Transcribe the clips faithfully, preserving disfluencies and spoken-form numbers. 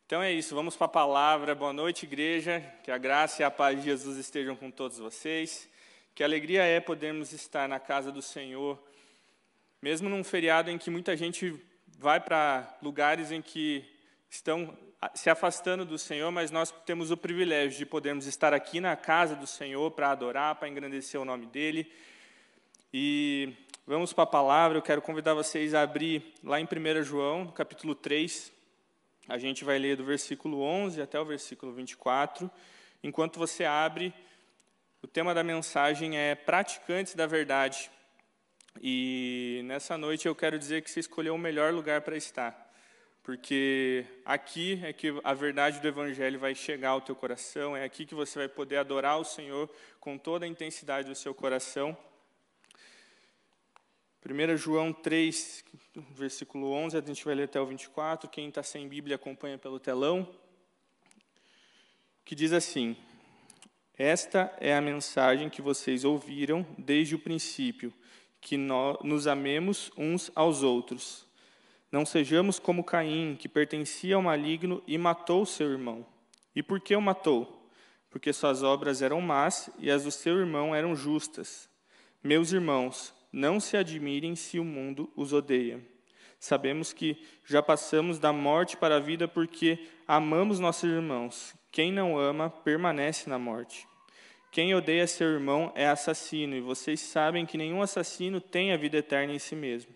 Então é isso, vamos para a palavra. Boa noite, igreja. Que a graça e a paz de Jesus estejam com todos vocês. Que alegria é podermos estar na casa do Senhor, mesmo num feriado em que muita gente vai para lugares em que estão se afastando do Senhor, mas nós temos o privilégio de podermos estar aqui na casa do Senhor para adorar, para engrandecer o nome dEle. E vamos para a palavra. Eu quero convidar vocês a abrir lá em primeiro João, no capítulo três. A gente vai ler do versículo onze até o versículo vinte e quatro. Enquanto você abre, o tema da mensagem é praticantes da verdade. E nessa noite eu quero dizer que você escolheu o melhor lugar para estar. Porque aqui é que a verdade do Evangelho vai chegar ao teu coração. É aqui que você vai poder adorar o Senhor com toda a intensidade do seu coração. primeiro João três, versículo onze, a gente vai ler até o vinte e quatro. Quem está sem Bíblia acompanha pelo telão. Que diz assim: esta é a mensagem que vocês ouviram desde o princípio, que nós nos amemos uns aos outros. Não sejamos como Caim, que pertencia ao maligno e matou seu irmão. E por que o matou? Porque suas obras eram más e as do seu irmão eram justas. Meus irmãos, não se admirem se o mundo os odeia. Sabemos que já passamos da morte para a vida porque amamos nossos irmãos. Quem não ama, permanece na morte. Quem odeia seu irmão é assassino, e vocês sabem que nenhum assassino tem a vida eterna em si mesmo.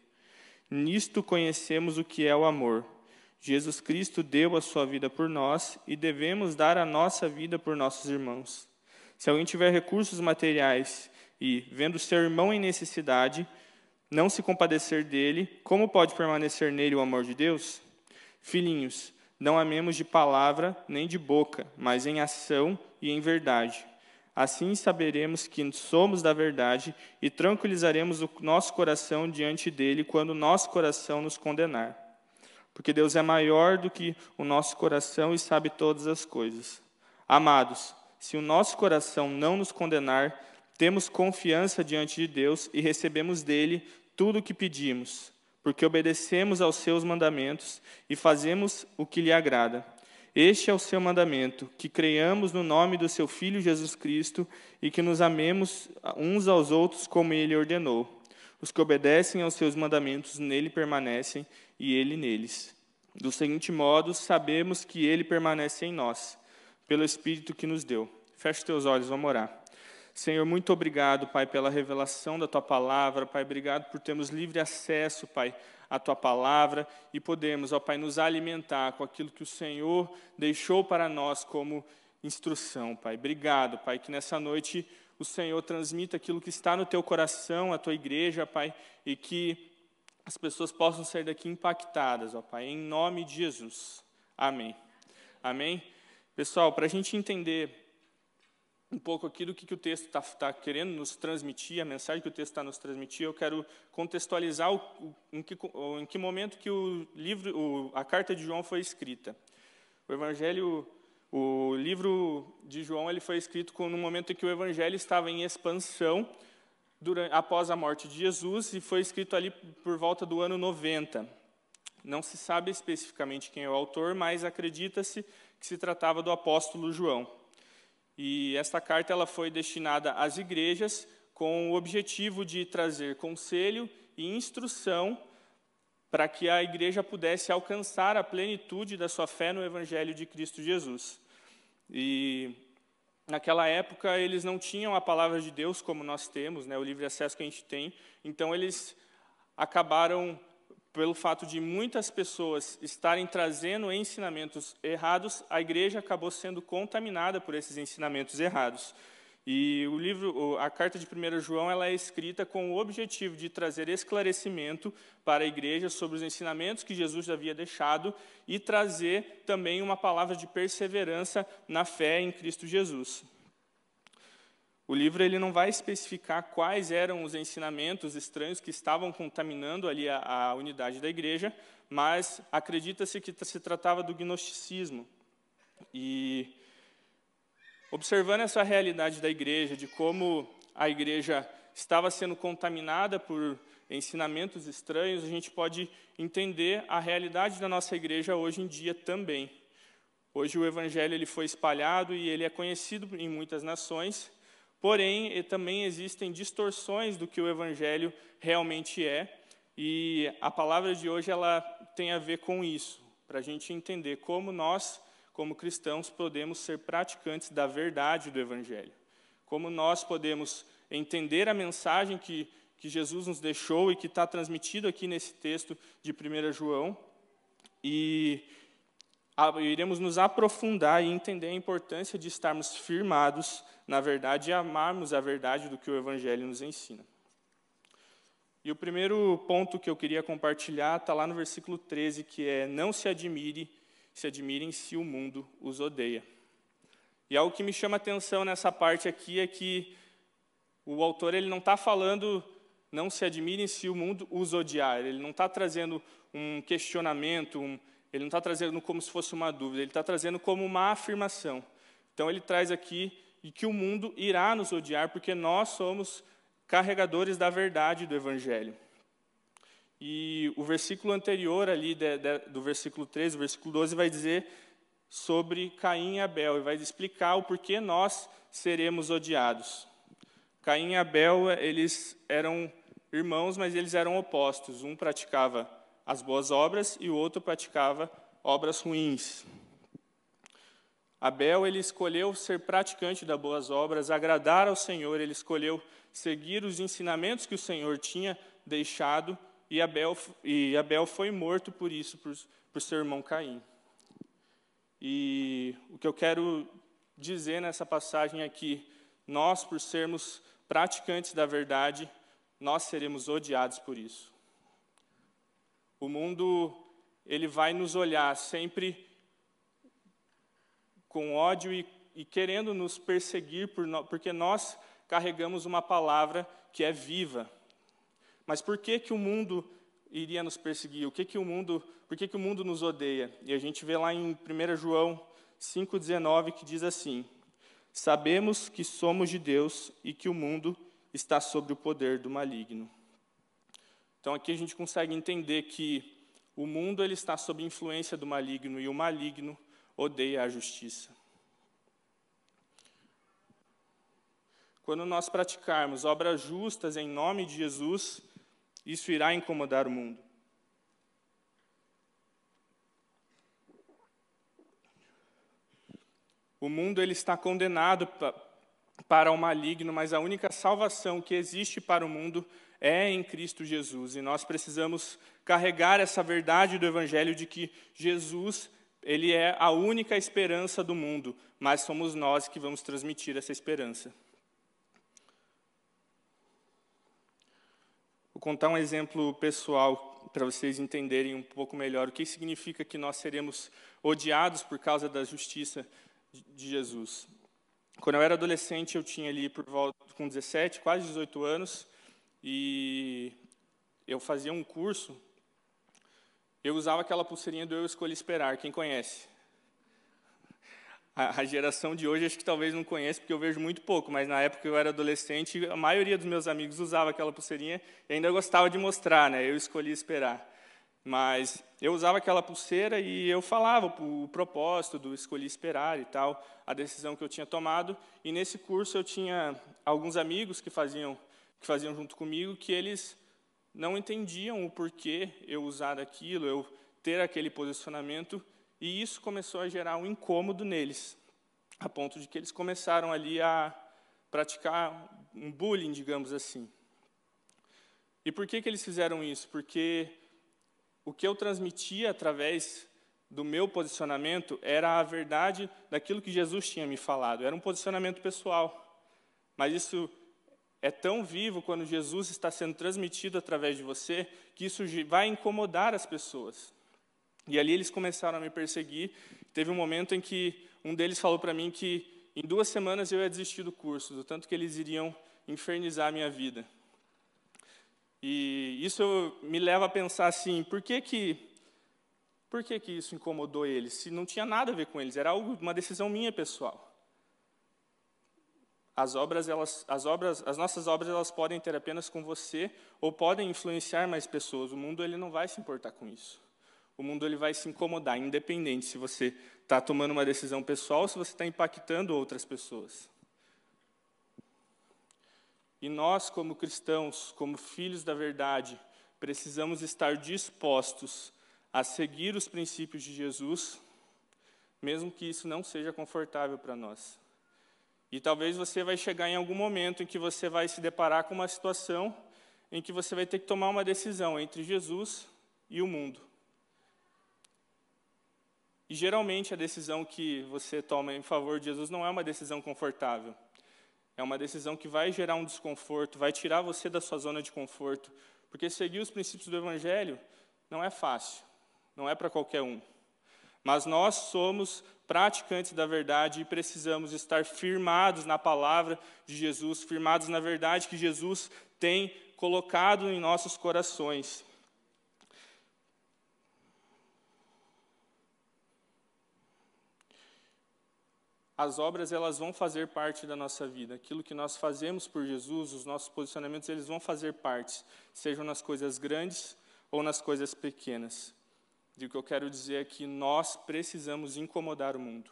Nisto conhecemos o que é o amor. Jesus Cristo deu a sua vida por nós, e devemos dar a nossa vida por nossos irmãos. Se alguém tiver recursos materiais e, vendo seu irmão em necessidade, não se compadecer dele, como pode permanecer nele o amor de Deus? Filhinhos, não amemos de palavra nem de boca, mas em ação e em verdade. Assim saberemos que somos da verdade e tranquilizaremos o nosso coração diante dele quando o nosso coração nos condenar. Porque Deus é maior do que o nosso coração e sabe todas as coisas. Amados, se o nosso coração não nos condenar, temos confiança diante de Deus e recebemos dele tudo o que pedimos, porque obedecemos aos seus mandamentos e fazemos o que lhe agrada. Este é o seu mandamento, que creiamos no nome do seu Filho Jesus Cristo e que nos amemos uns aos outros como ele ordenou. Os que obedecem aos seus mandamentos nele permanecem e ele neles. Do seguinte modo, sabemos que ele permanece em nós, pelo Espírito que nos deu. Feche teus olhos, vamos orar. Senhor, muito obrigado, Pai, pela revelação da Tua palavra. Pai, obrigado por termos livre acesso, Pai, à Tua palavra e podermos, ó Pai, nos alimentar com aquilo que o Senhor deixou para nós como instrução, Pai. Obrigado, Pai, que nessa noite o Senhor transmita aquilo que está no Teu coração, a Tua igreja, Pai, e que as pessoas possam sair daqui impactadas, ó Pai, em nome de Jesus. Amém. Amém? Pessoal, para a gente entender um pouco aqui do que, que o texto está tá querendo nos transmitir, a mensagem que o texto está nos transmitir, eu quero contextualizar o, o, em, que, o, em que momento que o livro, o, a carta de João foi escrita. O Evangelho, o livro de João, ele foi escrito com, no momento em que o Evangelho estava em expansão durante, após a morte de Jesus, e foi escrito ali por volta do ano noventa. Não se sabe especificamente quem é o autor, mas acredita-se que se tratava do apóstolo João. E esta carta ela foi destinada às igrejas com o objetivo de trazer conselho e instrução para que a igreja pudesse alcançar a plenitude da sua fé no Evangelho de Cristo Jesus. E naquela época eles não tinham a palavra de Deus como nós temos, né, o livre acesso que a gente tem, então eles acabaram, pelo fato de muitas pessoas estarem trazendo ensinamentos errados, a igreja acabou sendo contaminada por esses ensinamentos errados. E o livro, a carta de primeiro João, ela é escrita com o objetivo de trazer esclarecimento para a igreja sobre os ensinamentos que Jesus havia deixado e trazer também uma palavra de perseverança na fé em Cristo Jesus. O livro ele não vai especificar quais eram os ensinamentos estranhos que estavam contaminando ali a, a unidade da igreja, mas acredita-se que se tratava do gnosticismo. E observando essa realidade da igreja, de como a igreja estava sendo contaminada por ensinamentos estranhos, a gente pode entender a realidade da nossa igreja hoje em dia também. Hoje o evangelho ele foi espalhado e ele é conhecido em muitas nações, porém também existem distorções do que o evangelho realmente é, e a palavra de hoje ela tem a ver com isso, para a gente entender como nós, como cristãos, podemos ser praticantes da verdade do evangelho, como nós podemos entender a mensagem que, que Jesus nos deixou e que está transmitido aqui nesse texto de primeira João, e iremos nos aprofundar e entender a importância de estarmos firmados na verdade e amarmos a verdade do que o evangelho nos ensina. E o primeiro ponto que eu queria compartilhar está lá no versículo treze, que é: não se admire, se admirem se o mundo os odeia. E algo que me chama a atenção nessa parte aqui é que o autor ele não está falando, não se admirem se o mundo os odiar. Ele não está trazendo um questionamento, um, ele não está trazendo como se fosse uma dúvida, ele está trazendo como uma afirmação. Então ele traz aqui que o mundo irá nos odiar, porque nós somos carregadores da verdade do evangelho. E o versículo anterior ali, de, de, do versículo treze, o versículo doze, vai dizer sobre Caim e Abel, e vai explicar o porquê nós seremos odiados. Caim e Abel, eles eram irmãos, mas eles eram opostos. Um praticava as boas obras e o outro praticava obras ruins. Abel, ele escolheu ser praticante das boas obras, agradar ao Senhor, ele escolheu seguir os ensinamentos que o Senhor tinha deixado, e Abel, e Abel foi morto por isso, por, por seu irmão Caim. E o que eu quero dizer nessa passagem é que nós, por sermos praticantes da verdade, nós seremos odiados por isso. O mundo, ele vai nos olhar sempre com ódio e, e querendo nos perseguir, por no, porque nós carregamos uma palavra que é viva. Mas por que que o mundo iria nos perseguir? O que que o mundo, por que que o mundo nos odeia? E a gente vê lá em primeira João cinco, dezenove, que diz assim: sabemos que somos de Deus e que o mundo está sob o poder do maligno. Então aqui a gente consegue entender que o mundo ele está sob influência do maligno e o maligno odeia a justiça. Quando nós praticarmos obras justas em nome de Jesus, isso irá incomodar o mundo. O mundo ele está condenado pa, para o maligno, mas a única salvação que existe para o mundo é em Cristo Jesus. E nós precisamos carregar essa verdade do Evangelho de que Jesus ele é a única esperança do mundo, mas somos nós que vamos transmitir essa esperança. Vou contar um exemplo pessoal para vocês entenderem um pouco melhor o que significa que nós seremos odiados por causa da justiça de Jesus. Quando eu era adolescente, eu tinha ali por volta com dezessete, quase dezoito anos, e eu fazia um curso. Eu usava aquela pulseirinha do Eu Escolhi Esperar, quem conhece? A, a geração de hoje acho que talvez não conheça, porque eu vejo muito pouco, mas na época que eu era adolescente, a maioria dos meus amigos usava aquela pulseirinha e ainda gostava de mostrar, né? Eu escolhi esperar. Mas eu usava aquela pulseira e eu falava o propósito do escolhi esperar e tal, a decisão que eu tinha tomado. E nesse curso eu tinha alguns amigos que faziam, que faziam junto comigo, que eles não entendiam o porquê eu usar aquilo, eu ter aquele posicionamento, e isso começou a gerar um incômodo neles, a ponto de que eles começaram ali a praticar um bullying, digamos assim. E por que que eles fizeram isso? Porque o que eu transmitia através do meu posicionamento era a verdade daquilo que Jesus tinha me falado, era um posicionamento pessoal, mas isso é tão vivo quando Jesus está sendo transmitido através de você, que isso vai incomodar as pessoas. E ali eles começaram a me perseguir. Teve um momento em que um deles falou para mim que em duas semanas eu ia desistir do curso, do tanto que eles iriam infernizar a minha vida. E isso me leva a pensar assim, por que que, por que que isso incomodou eles? Se não tinha nada a ver com eles, era algo, uma decisão minha pessoal. As obras, elas, as obras, as nossas obras, elas podem ter apenas com você ou podem influenciar mais pessoas. O mundo ele não vai se importar com isso. o mundo ele vai se incomodar, independente se você está tomando uma decisão pessoal ou se você está impactando outras pessoas. E nós, como cristãos, como filhos da verdade, precisamos estar dispostos a seguir os princípios de Jesus, mesmo que isso não seja confortável para nós. E talvez você vai chegar em algum momento em que você vai se deparar com uma situação em que você vai ter que tomar uma decisão entre Jesus e o mundo. E geralmente a decisão que você toma em favor de Jesus não é uma decisão confortável. É uma decisão que vai gerar um desconforto, vai tirar você da sua zona de conforto. Porque seguir os princípios do Evangelho não é fácil, não é para qualquer um. Mas nós somos praticantes da verdade e precisamos estar firmados na palavra de Jesus, firmados na verdade que Jesus tem colocado em nossos corações. As obras, elas vão fazer parte da nossa vida. Aquilo que nós fazemos por Jesus, os nossos posicionamentos, eles vão fazer parte, sejam nas coisas grandes ou nas coisas pequenas. E o que eu quero dizer é que nós precisamos incomodar o mundo.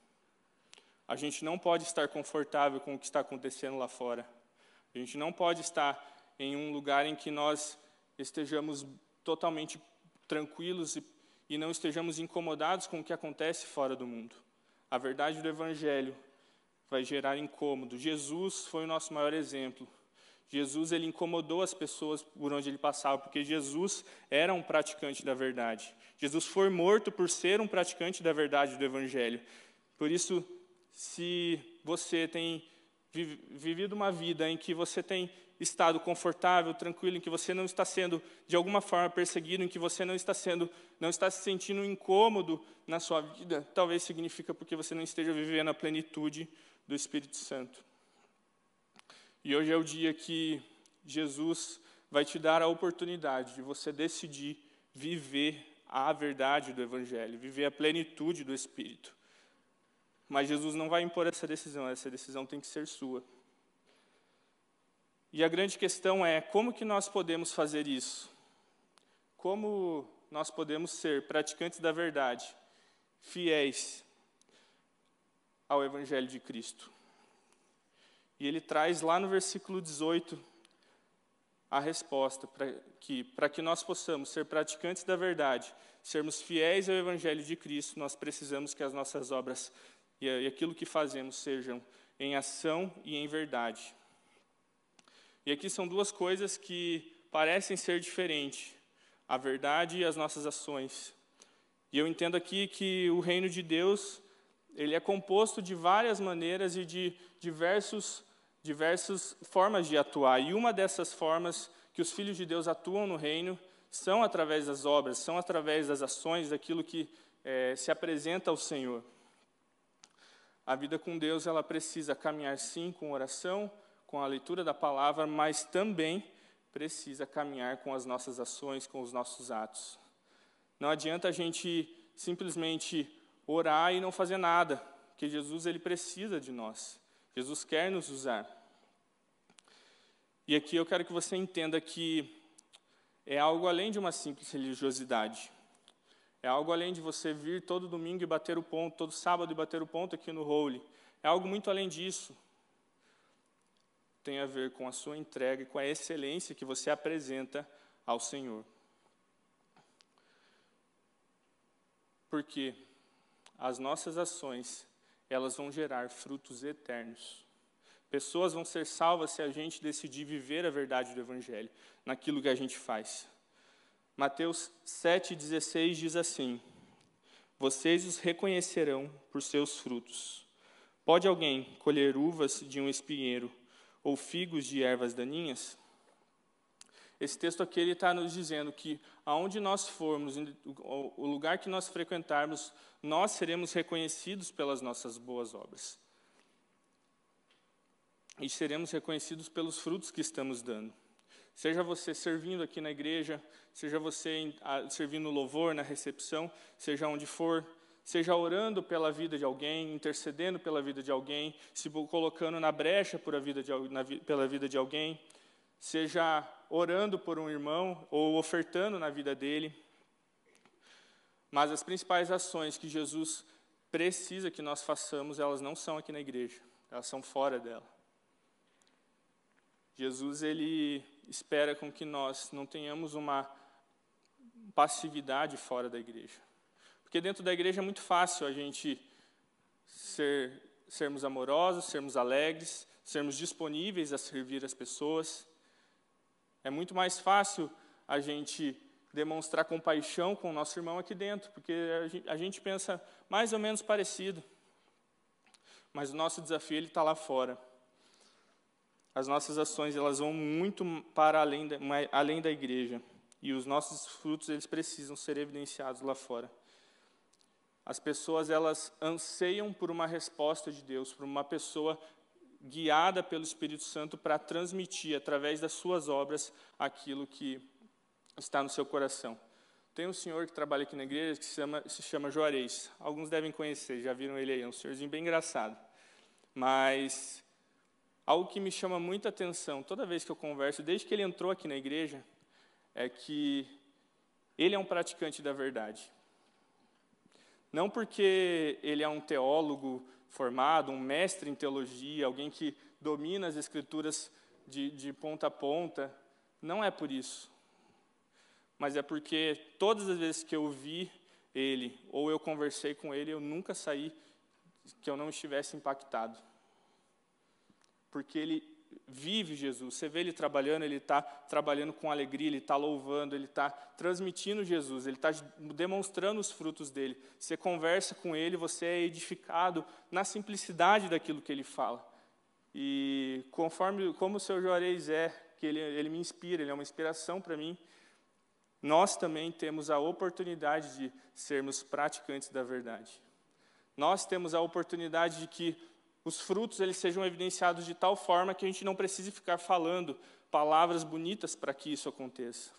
A gente não pode estar confortável com o que está acontecendo lá fora. A gente não pode estar em um lugar em que nós estejamos totalmente tranquilos e, e não estejamos incomodados com o que acontece fora do mundo. A verdade do Evangelho vai gerar incômodo. Jesus foi o nosso maior exemplo. Jesus, ele incomodou as pessoas por onde ele passava, porque Jesus era um praticante da verdade. Jesus foi morto por ser um praticante da verdade do Evangelho. Por isso, se você tem vivido uma vida em que você tem estado confortável, tranquilo, em que você não está sendo, de alguma forma, perseguido, em que você não está sendo, não está se sentindo incômodo na sua vida, talvez significa porque você não esteja vivendo a plenitude do Espírito Santo. E hoje é o dia que Jesus vai te dar a oportunidade de você decidir viver a verdade do Evangelho, viver a plenitude do Espírito. Mas Jesus não vai impor essa decisão, essa decisão tem que ser sua. E a grande questão é, como que nós podemos fazer isso? Como nós podemos ser praticantes da verdade, fiéis ao Evangelho de Cristo? E ele traz lá no versículo dezoito a resposta, para que, para que nós possamos ser praticantes da verdade, sermos fiéis ao Evangelho de Cristo, nós precisamos que as nossas obras e aquilo que fazemos sejam em ação e em verdade. E aqui são duas coisas que parecem ser diferentes, a verdade e as nossas ações. E eu entendo aqui que o reino de Deus, ele é composto de várias maneiras e de diversos, diversas formas de atuar. E uma dessas formas que os filhos de Deus atuam no reino são através das obras, são através das ações, daquilo que é, se apresenta ao Senhor. A vida com Deus, ela precisa caminhar sim com oração, com a leitura da palavra, mas também precisa caminhar com as nossas ações, com os nossos atos. Não adianta a gente simplesmente orar e não fazer nada, porque Jesus, ele precisa de nós. Jesus quer nos usar. E aqui eu quero que você entenda que é algo além de uma simples religiosidade. É algo além de você vir todo domingo e bater o ponto, todo sábado e bater o ponto aqui no Holy. É algo muito além disso. Tem a ver com a sua entrega e com a excelência que você apresenta ao Senhor. Porque as nossas ações, elas vão gerar frutos eternos. Pessoas vão ser salvas se a gente decidir viver a verdade do Evangelho, naquilo que a gente faz. Mateus sete, dezesseis diz assim: vocês os reconhecerão por seus frutos. Pode alguém colher uvas de um espinheiro ou figos de ervas daninhas? Esse texto aqui está nos dizendo que aonde nós formos, o lugar que nós frequentarmos, nós seremos reconhecidos pelas nossas boas obras. E seremos reconhecidos pelos frutos que estamos dando. Seja você servindo aqui na igreja, seja você servindo no louvor, na recepção, seja onde for, seja orando pela vida de alguém, intercedendo pela vida de alguém, se colocando na brecha por a vida de, na, pela vida de alguém, seja orando por um irmão ou ofertando na vida dele. Mas as principais ações que Jesus precisa que nós façamos, elas não são aqui na igreja, elas são fora dela. Jesus, ele espera com que nós não tenhamos uma passividade fora da igreja. Porque dentro da igreja é muito fácil a gente ser, sermos amorosos, sermos alegres, sermos disponíveis a servir as pessoas. É muito mais fácil a gente demonstrar compaixão com o nosso irmão aqui dentro, porque a gente, a gente pensa mais ou menos parecido. Mas o nosso desafio ele está lá fora. As nossas ações elas vão muito para além da, além da igreja. E os nossos frutos eles precisam ser evidenciados lá fora. As pessoas elas anseiam por uma resposta de Deus, por uma pessoa guiada pelo Espírito Santo para transmitir, através das suas obras, aquilo que está no seu coração. Tem um senhor que trabalha aqui na igreja que se chama, se chama Juarez. Alguns devem conhecer, já viram ele aí, é um senhorzinho bem engraçado. Mas algo que me chama muita atenção, toda vez que eu converso, desde que ele entrou aqui na igreja, é que ele é um praticante da verdade. Não porque ele é um teólogo formado, um mestre em teologia, alguém que domina as escrituras de, de ponta a ponta, não é por isso. Mas é porque todas as vezes que eu vi ele, ou eu conversei com ele, eu nunca saí que eu não estivesse impactado. Porque ele vive Jesus. Você vê ele trabalhando, ele está trabalhando com alegria, ele está louvando, ele está transmitindo Jesus, ele está demonstrando os frutos dele. Você conversa com ele, você é edificado na simplicidade daquilo que ele fala. E conforme como o seu Juarez é, que ele, ele me inspira, ele é uma inspiração para mim, nós também temos a oportunidade de sermos praticantes da verdade. Nós temos a oportunidade de que os frutos eles sejam evidenciados de tal forma que a gente não precise ficar falando palavras bonitas para que isso aconteça.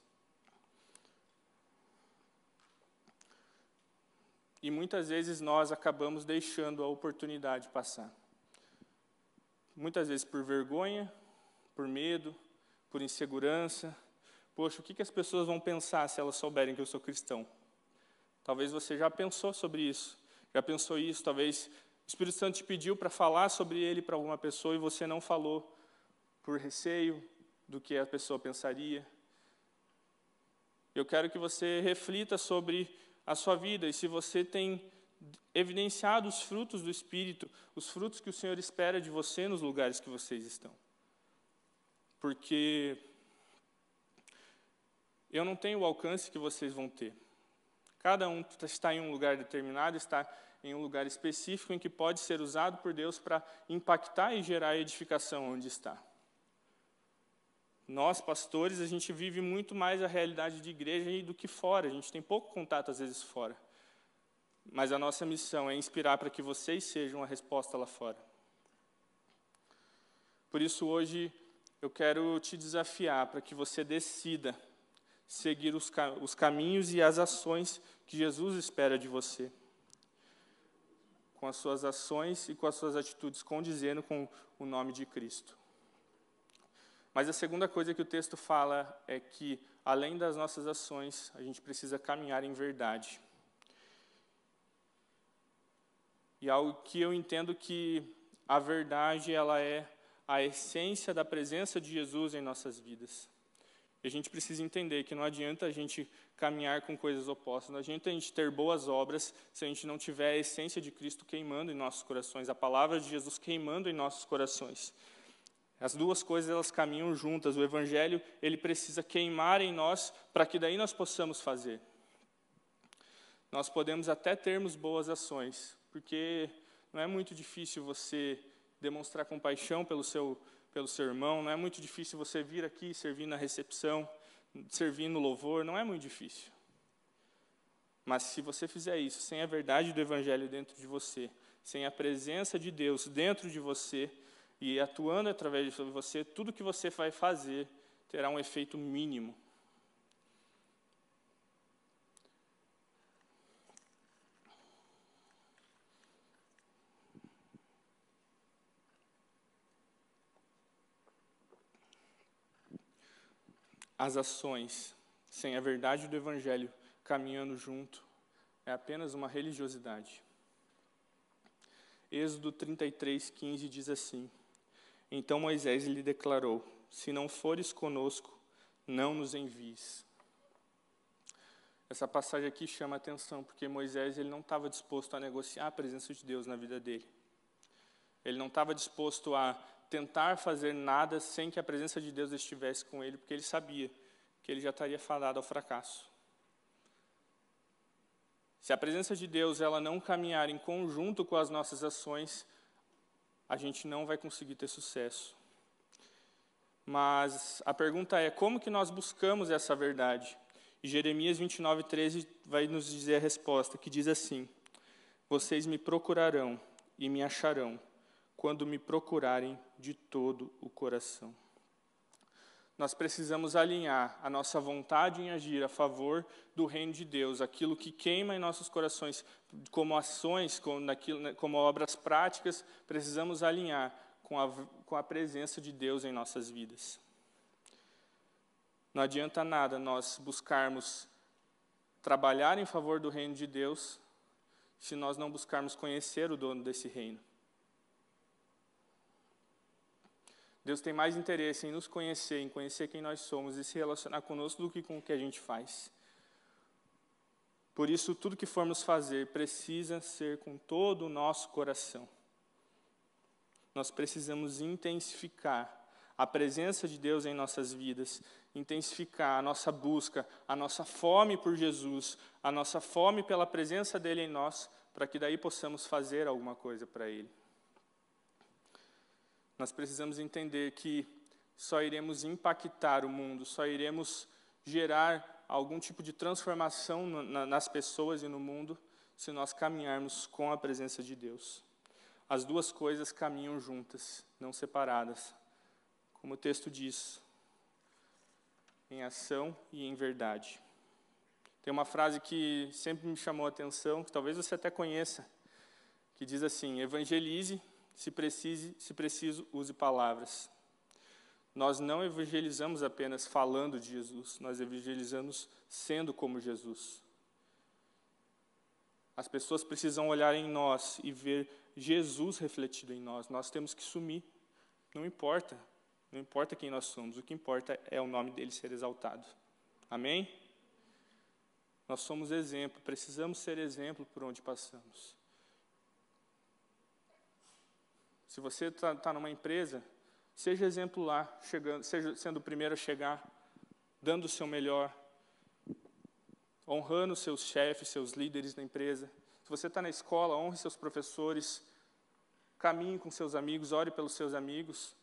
E muitas vezes nós acabamos deixando a oportunidade passar. Muitas vezes por vergonha, por medo, por insegurança. Poxa, o que as pessoas vão pensar se elas souberem que eu sou cristão? Talvez você já pensou sobre isso. Já pensou isso? Talvez o Espírito Santo te pediu para falar sobre ele para alguma pessoa e você não falou por receio do que a pessoa pensaria. Eu quero que você reflita sobre a sua vida e se você tem evidenciado os frutos do Espírito, os frutos que o Senhor espera de você nos lugares que vocês estão. Porque eu não tenho o alcance que vocês vão ter. Cada um está em um lugar determinado, está em um lugar específico em que pode ser usado por Deus para impactar e gerar edificação onde está. Nós, pastores, a gente vive muito mais a realidade de igreja do que fora. A gente tem pouco contato, às vezes, fora. Mas a nossa missão é inspirar para que vocês sejam a resposta lá fora. Por isso, hoje, eu quero te desafiar para que você decida seguir os, os caminhos e as ações que Jesus espera de você. Com as suas ações e com as suas atitudes condizendo com o nome de Cristo. Mas a segunda coisa que o texto fala é que, além das nossas ações, a gente precisa caminhar em verdade. E algo que eu entendo que a verdade ela é a essência da presença de Jesus em nossas vidas. E a gente precisa entender que não adianta a gente caminhar com coisas opostas, não adianta a gente ter boas obras se a gente não tiver a essência de Cristo queimando em nossos corações, a palavra de Jesus queimando em nossos corações. As duas coisas elas caminham juntas, o Evangelho ele precisa queimar em nós para que daí nós possamos fazer. Nós podemos até termos boas ações, porque não é muito difícil você demonstrar compaixão pelo seu pelo seu irmão, não é muito difícil você vir aqui servir na recepção, servir no louvor, não é muito difícil. Mas se você fizer isso sem a verdade do Evangelho dentro de você, sem a presença de Deus dentro de você e atuando através de você, tudo que você vai fazer terá um efeito mínimo. As ações, sem a verdade do Evangelho caminhando junto, é apenas uma religiosidade. Êxodo trinta e três, quinze diz assim: Então Moisés lhe declarou: Se não fores conosco, não nos envies. Essa passagem aqui chama a atenção, porque Moisés ele não estava disposto a negociar a presença de Deus na vida dele. Ele não estava disposto a tentar fazer nada sem que a presença de Deus estivesse com ele, porque ele sabia que ele já estaria fadado ao fracasso. Se a presença de Deus ela não caminhar em conjunto com as nossas ações, a gente não vai conseguir ter sucesso. Mas a pergunta é, como que nós buscamos essa verdade? E Jeremias vinte e nove, treze vai nos dizer a resposta, que diz assim: Vocês me procurarão e me acharão, quando me procurarem de todo o coração. Nós precisamos alinhar a nossa vontade em agir a favor do reino de Deus, aquilo que queima em nossos corações, como ações, como, naquilo, como obras práticas, precisamos alinhar com a, com a presença de Deus em nossas vidas. Não adianta nada nós buscarmos trabalhar em favor do reino de Deus, se nós não buscarmos conhecer o dono desse reino. Deus tem mais interesse em nos conhecer, em conhecer quem nós somos e se relacionar conosco do que com o que a gente faz. Por isso, tudo que formos fazer precisa ser com todo o nosso coração. Nós precisamos intensificar a presença de Deus em nossas vidas, intensificar a nossa busca, a nossa fome por Jesus, a nossa fome pela presença dEle em nós, para que daí possamos fazer alguma coisa para Ele. Nós precisamos entender que só iremos impactar o mundo, só iremos gerar algum tipo de transformação nas pessoas e no mundo, se nós caminharmos com a presença de Deus. As duas coisas caminham juntas, não separadas. Como o texto diz, em ação e em verdade. Tem uma frase que sempre me chamou a atenção, que talvez você até conheça, que diz assim: evangelize, se precise, se preciso, use palavras. Nós não evangelizamos apenas falando de Jesus, nós evangelizamos sendo como Jesus. As pessoas precisam olhar em nós e ver Jesus refletido em nós. Nós temos que sumir, não importa. Não importa quem nós somos, o que importa é o nome dele ser exaltado. Amém? Nós somos exemplo, precisamos ser exemplo por onde passamos. Se você está tá numa empresa, seja exemplar, chegando, seja sendo o primeiro a chegar, dando o seu melhor, honrando seus chefes, seus líderes da empresa. Se você está na escola, honre seus professores, caminhe com seus amigos, ore pelos seus amigos.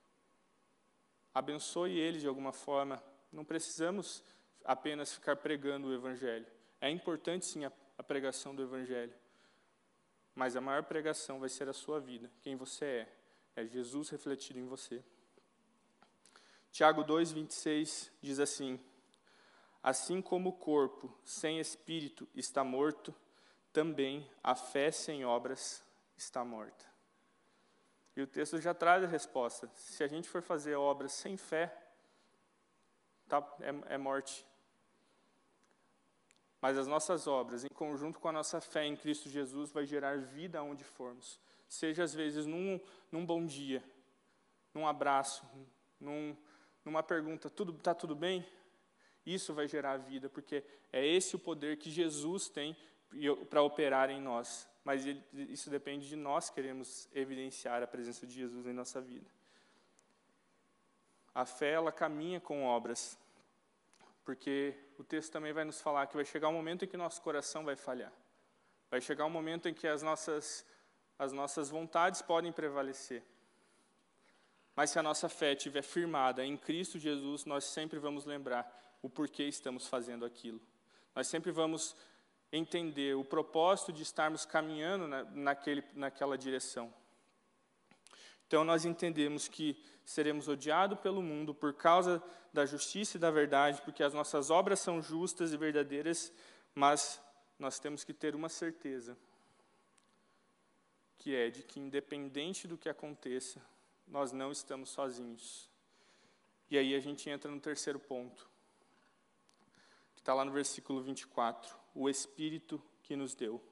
Abençoe eles de alguma forma. Não precisamos apenas ficar pregando o Evangelho. É importante, sim, a, a pregação do Evangelho. Mas a maior pregação vai ser a sua vida. Quem você é. É Jesus refletido em você. Tiago dois, vinte e seis diz assim: Assim como o corpo sem espírito está morto, também a fé sem obras está morta. E o texto já traz a resposta. Se a gente for fazer obras sem fé, tá, é, é morte. Mas as nossas obras, em conjunto com a nossa fé em Cristo Jesus, vai gerar vida onde formos. Seja às vezes num, num bom dia, num abraço, num, numa pergunta, tudo, tá tudo bem? Isso vai gerar vida, porque é esse o poder que Jesus tem para operar em nós. Mas ele, isso depende de nós queremos evidenciar a presença de Jesus em nossa vida. A fé, ela caminha com obras, porque o texto também vai nos falar que vai chegar um momento em que nosso coração vai falhar. Vai chegar um momento em que as nossas, as nossas vontades podem prevalecer. Mas se a nossa fé estiver firmada em Cristo Jesus, nós sempre vamos lembrar o porquê estamos fazendo aquilo. Nós sempre vamos entender o propósito de estarmos caminhando na, naquele, naquela direção. Então nós entendemos que seremos odiados pelo mundo por causa da justiça e da verdade, porque as nossas obras são justas e verdadeiras, mas nós temos que ter uma certeza, que é de que independente do que aconteça, nós não estamos sozinhos. E aí a gente entra no terceiro ponto, que está lá no versículo vinte e quatro. O Espírito que que nos deu.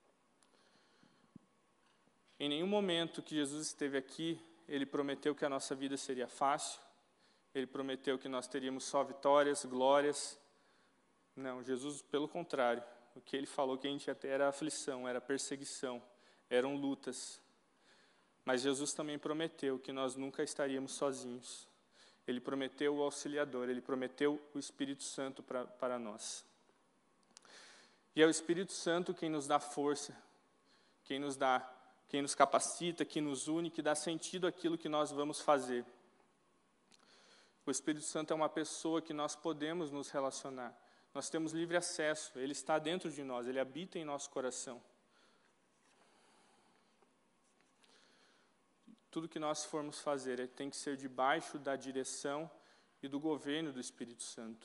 Em nenhum momento que Jesus esteve aqui, ele prometeu que a nossa vida seria fácil, ele prometeu que nós teríamos só vitórias, glórias. Não, Jesus, pelo contrário, o que ele falou que a gente ia ter era aflição, era perseguição, eram lutas. Mas Jesus também prometeu que nós nunca estaríamos sozinhos. Ele prometeu o auxiliador, ele prometeu o Espírito Santo pra, para nós. E é o Espírito Santo quem nos dá força, quem nos dá, quem nos capacita, que nos une, que dá sentido àquilo que nós vamos fazer. O Espírito Santo é uma pessoa que nós podemos nos relacionar. Nós temos livre acesso, ele está dentro de nós, ele habita em nosso coração. Tudo que nós formos fazer tem que ser debaixo da direção e do governo do Espírito Santo.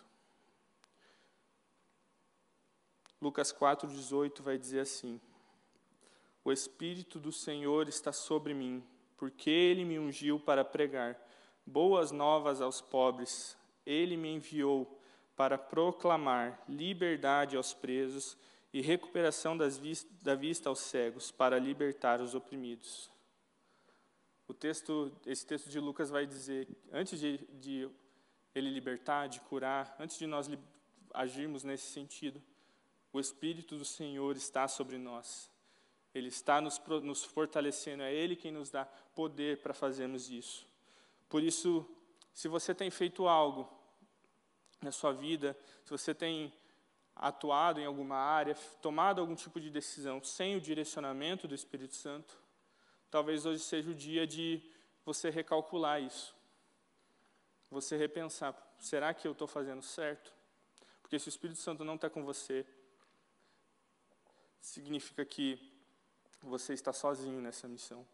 Lucas quatro, dezoito vai dizer assim: o Espírito do Senhor está sobre mim, porque Ele me ungiu para pregar boas novas aos pobres. Ele me enviou para proclamar liberdade aos presos e recuperação das vist- da vista aos cegos, para libertar os oprimidos. O texto, esse texto de Lucas vai dizer, antes de, de ele libertar, de curar, antes de nós li, agirmos nesse sentido, o Espírito do Senhor está sobre nós. Ele está nos, nos fortalecendo, é Ele quem nos dá poder para fazermos isso. Por isso, se você tem feito algo na sua vida, se você tem atuado em alguma área, tomado algum tipo de decisão sem o direcionamento do Espírito Santo, talvez hoje seja o dia de você recalcular isso. Você repensar, será que eu estou fazendo certo? Porque se o Espírito Santo não está com você, significa que você está sozinho nessa missão.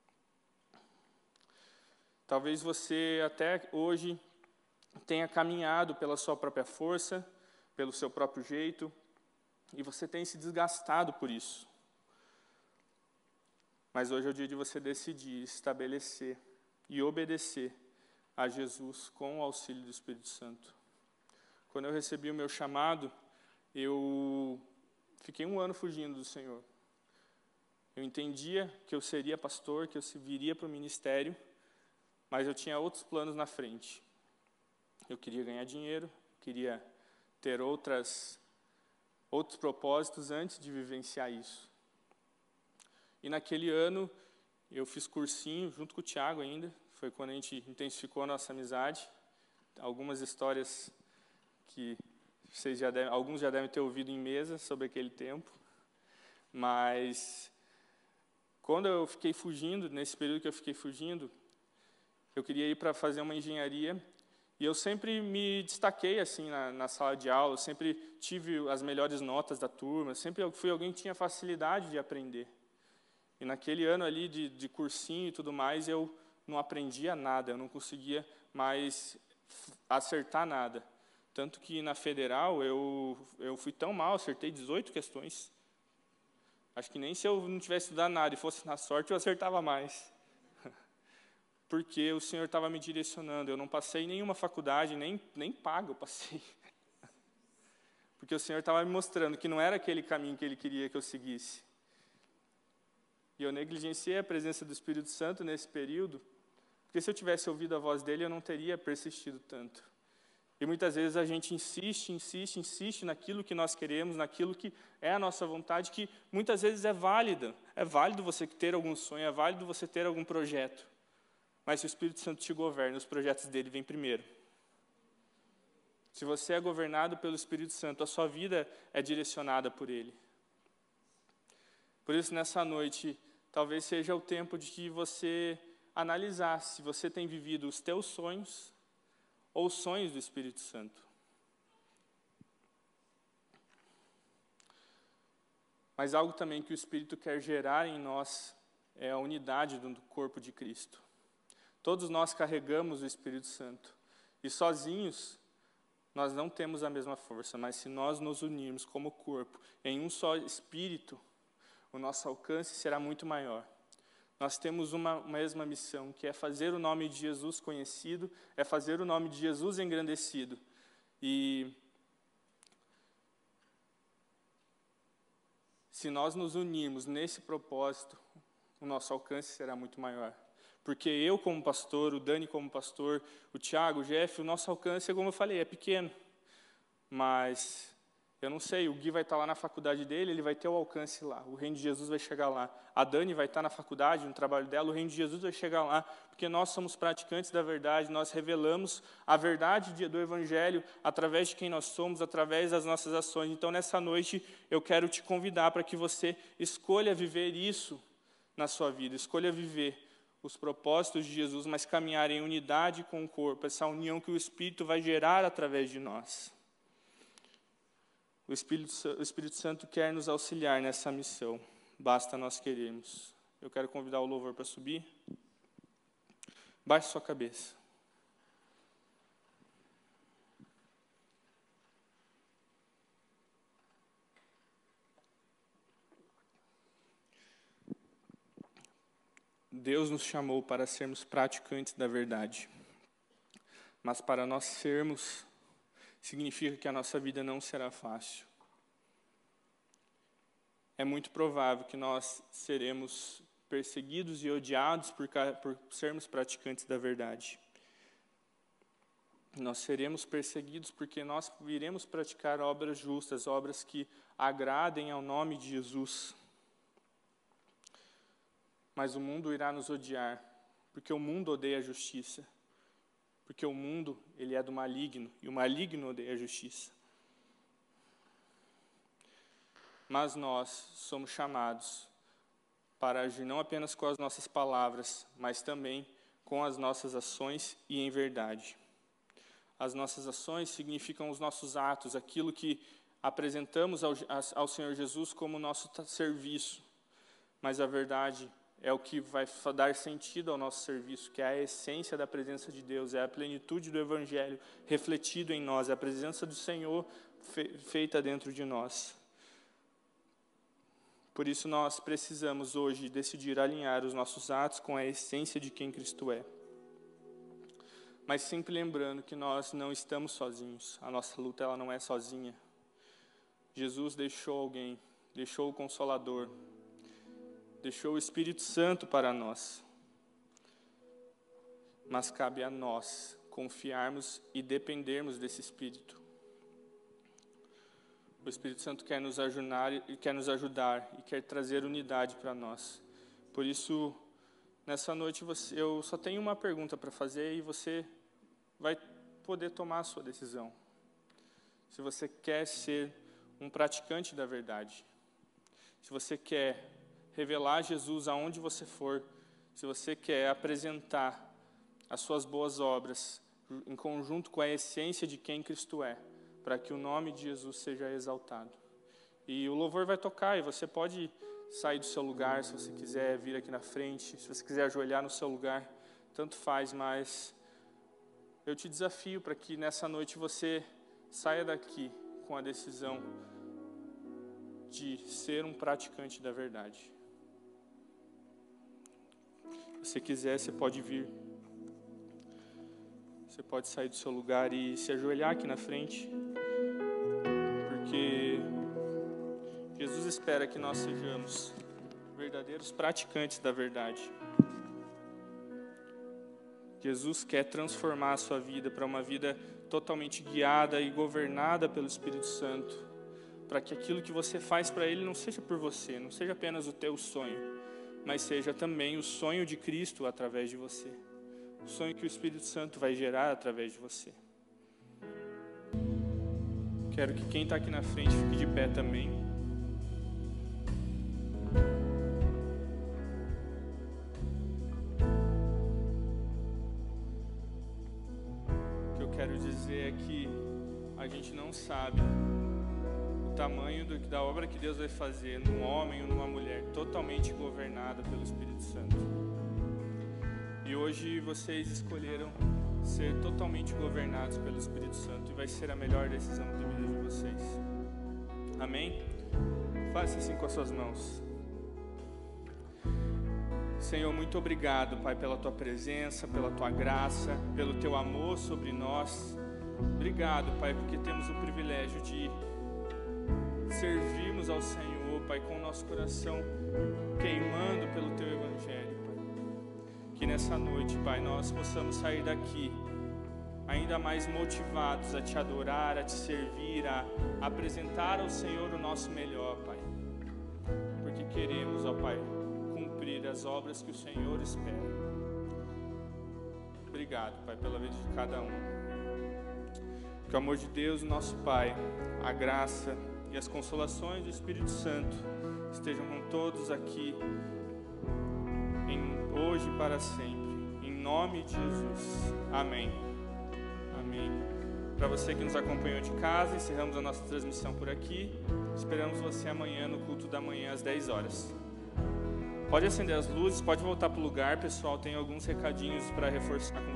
Talvez você até hoje tenha caminhado pela sua própria força, pelo seu próprio jeito, e você tenha se desgastado por isso. Mas hoje é o dia de você decidir, estabelecer e obedecer a Jesus com o auxílio do Espírito Santo. Quando eu recebi o meu chamado, eu fiquei um ano fugindo do Senhor. Eu entendia que eu seria pastor, que eu viria para o ministério, mas eu tinha outros planos na frente. Eu queria ganhar dinheiro, queria ter outras, outros propósitos antes de vivenciar isso. E naquele ano, eu fiz cursinho junto com o Tiago ainda, foi quando a gente intensificou a nossa amizade. Algumas histórias que vocês já devem, alguns já devem ter ouvido em mesa sobre aquele tempo. Mas quando eu fiquei fugindo, nesse período que eu fiquei fugindo, eu queria ir para fazer uma engenharia. E eu sempre me destaquei assim na, na sala de aula, eu sempre tive as melhores notas da turma, sempre fui alguém que tinha facilidade de aprender. E naquele ano ali de, de cursinho e tudo mais, eu não aprendia nada, eu não conseguia mais acertar nada. Tanto que na federal eu, eu fui tão mal, acertei dezoito questões. Acho que nem se eu não tivesse estudado nada e fosse na sorte, eu acertava mais. Porque o Senhor estava me direcionando. Eu não passei nenhuma faculdade, nem, nem paga eu passei. Porque o Senhor estava me mostrando que não era aquele caminho que Ele queria que eu seguisse. E eu negligenciei a presença do Espírito Santo nesse período, porque se eu tivesse ouvido a voz dEle, eu não teria persistido tanto. E muitas vezes a gente insiste, insiste, insiste naquilo que nós queremos, naquilo que é a nossa vontade, que muitas vezes é válida. É válido você ter algum sonho, é válido você ter algum projeto. Mas se o Espírito Santo te governa, os projetos dele vêm primeiro. Se você é governado pelo Espírito Santo, a sua vida é direcionada por Ele. Por isso, nessa noite, talvez seja o tempo de que você analisar se você tem vivido os teus sonhos ou os sonhos do Espírito Santo. Mas algo também que o Espírito quer gerar em nós é a unidade do corpo de Cristo. Todos nós carregamos o Espírito Santo. E sozinhos, nós não temos a mesma força, mas se nós nos unirmos como corpo em um só Espírito, o nosso alcance será muito maior. Nós temos uma mesma missão, que é fazer o nome de Jesus conhecido, é fazer o nome de Jesus engrandecido. E se nós nos unirmos nesse propósito, o nosso alcance será muito maior. Porque eu como pastor, o Dani como pastor, o Thiago, o Jeff, o nosso alcance, como eu falei, é pequeno. Mas eu não sei, o Gui vai estar lá na faculdade dele, ele vai ter o alcance lá, o reino de Jesus vai chegar lá. A Dani vai estar na faculdade, no trabalho dela, o reino de Jesus vai chegar lá, porque nós somos praticantes da verdade, nós revelamos a verdade do Evangelho através de quem nós somos, através das nossas ações. Então, nessa noite, eu quero te convidar para que você escolha viver isso na sua vida, escolha viver os propósitos de Jesus, mas caminhar em unidade com o corpo, essa união que o Espírito vai gerar através de nós. O Espírito, o Espírito Santo quer nos auxiliar nessa missão, basta nós querermos. Eu quero convidar o louvor para subir. Baixe sua cabeça. Deus nos chamou para sermos praticantes da verdade, mas para nós sermos, significa que a nossa vida não será fácil. É muito provável que nós seremos perseguidos e odiados por, por sermos praticantes da verdade. Nós seremos perseguidos porque nós iremos praticar obras justas, obras que agradem ao nome de Jesus. Mas o mundo irá nos odiar, porque o mundo odeia a justiça. Porque o mundo, ele é do maligno, e o maligno odeia a justiça. Mas nós somos chamados para agir não apenas com as nossas palavras, mas também com as nossas ações e em verdade. As nossas ações significam os nossos atos, aquilo que apresentamos ao, ao Senhor Jesus como nosso serviço. Mas a verdade é o que vai dar sentido ao nosso serviço, que é a essência da presença de Deus, é a plenitude do Evangelho refletido em nós, é a presença do Senhor fe, feita dentro de nós. Por isso nós precisamos hoje decidir alinhar os nossos atos com a essência de quem Cristo é. Mas sempre lembrando que nós não estamos sozinhos, a nossa luta ela não é sozinha. Jesus deixou alguém, deixou o Consolador, deixou o Espírito Santo para nós. Mas cabe a nós confiarmos e dependermos desse Espírito. O Espírito Santo quer nos ajudar, quer nos ajudar e quer trazer unidade para nós. Por isso, nessa noite, você, eu só tenho uma pergunta para fazer e você vai poder tomar a sua decisão. Se você quer ser um praticante da verdade, se você quer revelar Jesus aonde você for, se você quer apresentar as suas boas obras em conjunto com a essência de quem Cristo é, para que o nome de Jesus seja exaltado. E o louvor vai tocar e você pode sair do seu lugar, se você quiser vir aqui na frente, se você quiser ajoelhar no seu lugar, tanto faz, mas eu te desafio para que nessa noite você saia daqui com a decisão de ser um praticante da verdade. Se você quiser, você pode vir. Você pode sair do seu lugar e se ajoelhar aqui na frente. Porque Jesus espera que nós sejamos verdadeiros praticantes da verdade. Jesus quer transformar a sua vida para uma vida totalmente guiada e governada pelo Espírito Santo. Para que aquilo que você faz para Ele não seja por você, não seja apenas o teu sonho, mas seja também o sonho de Cristo através de você. O sonho que o Espírito Santo vai gerar através de você. Quero que quem está aqui na frente fique de pé também. O que eu quero dizer é que a gente não sabe o tamanho do, da obra que Deus vai fazer num homem ou numa mulher totalmente governada pelo Espírito Santo. E hoje vocês escolheram ser totalmente governados pelo Espírito Santo e vai ser a melhor decisão da vida de vocês. Amém? Faça assim com as suas mãos. Senhor, muito obrigado, Pai, pela Tua presença, pela Tua graça, pelo Teu amor sobre nós. Obrigado, Pai, porque temos o privilégio de servirmos ao Senhor Pai, com o nosso coração queimando pelo Teu Evangelho, Pai. Que nessa noite, Pai, nós possamos sair daqui ainda mais motivados a Te adorar, a Te servir, a apresentar ao Senhor o nosso melhor, Pai. Porque queremos, ó Pai, cumprir as obras que o Senhor espera. Obrigado, Pai, pela vida de cada um. Que o amor de Deus, nosso Pai, a graça e as consolações do Espírito Santo estejam com todos aqui, em, hoje e para sempre. Em nome de Jesus. Amém. Amém. Para você que nos acompanhou de casa, encerramos a nossa transmissão por aqui. Esperamos você amanhã no culto da manhã às dez horas. Pode acender as luzes, pode voltar para o lugar, pessoal. Tem alguns recadinhos para reforçar com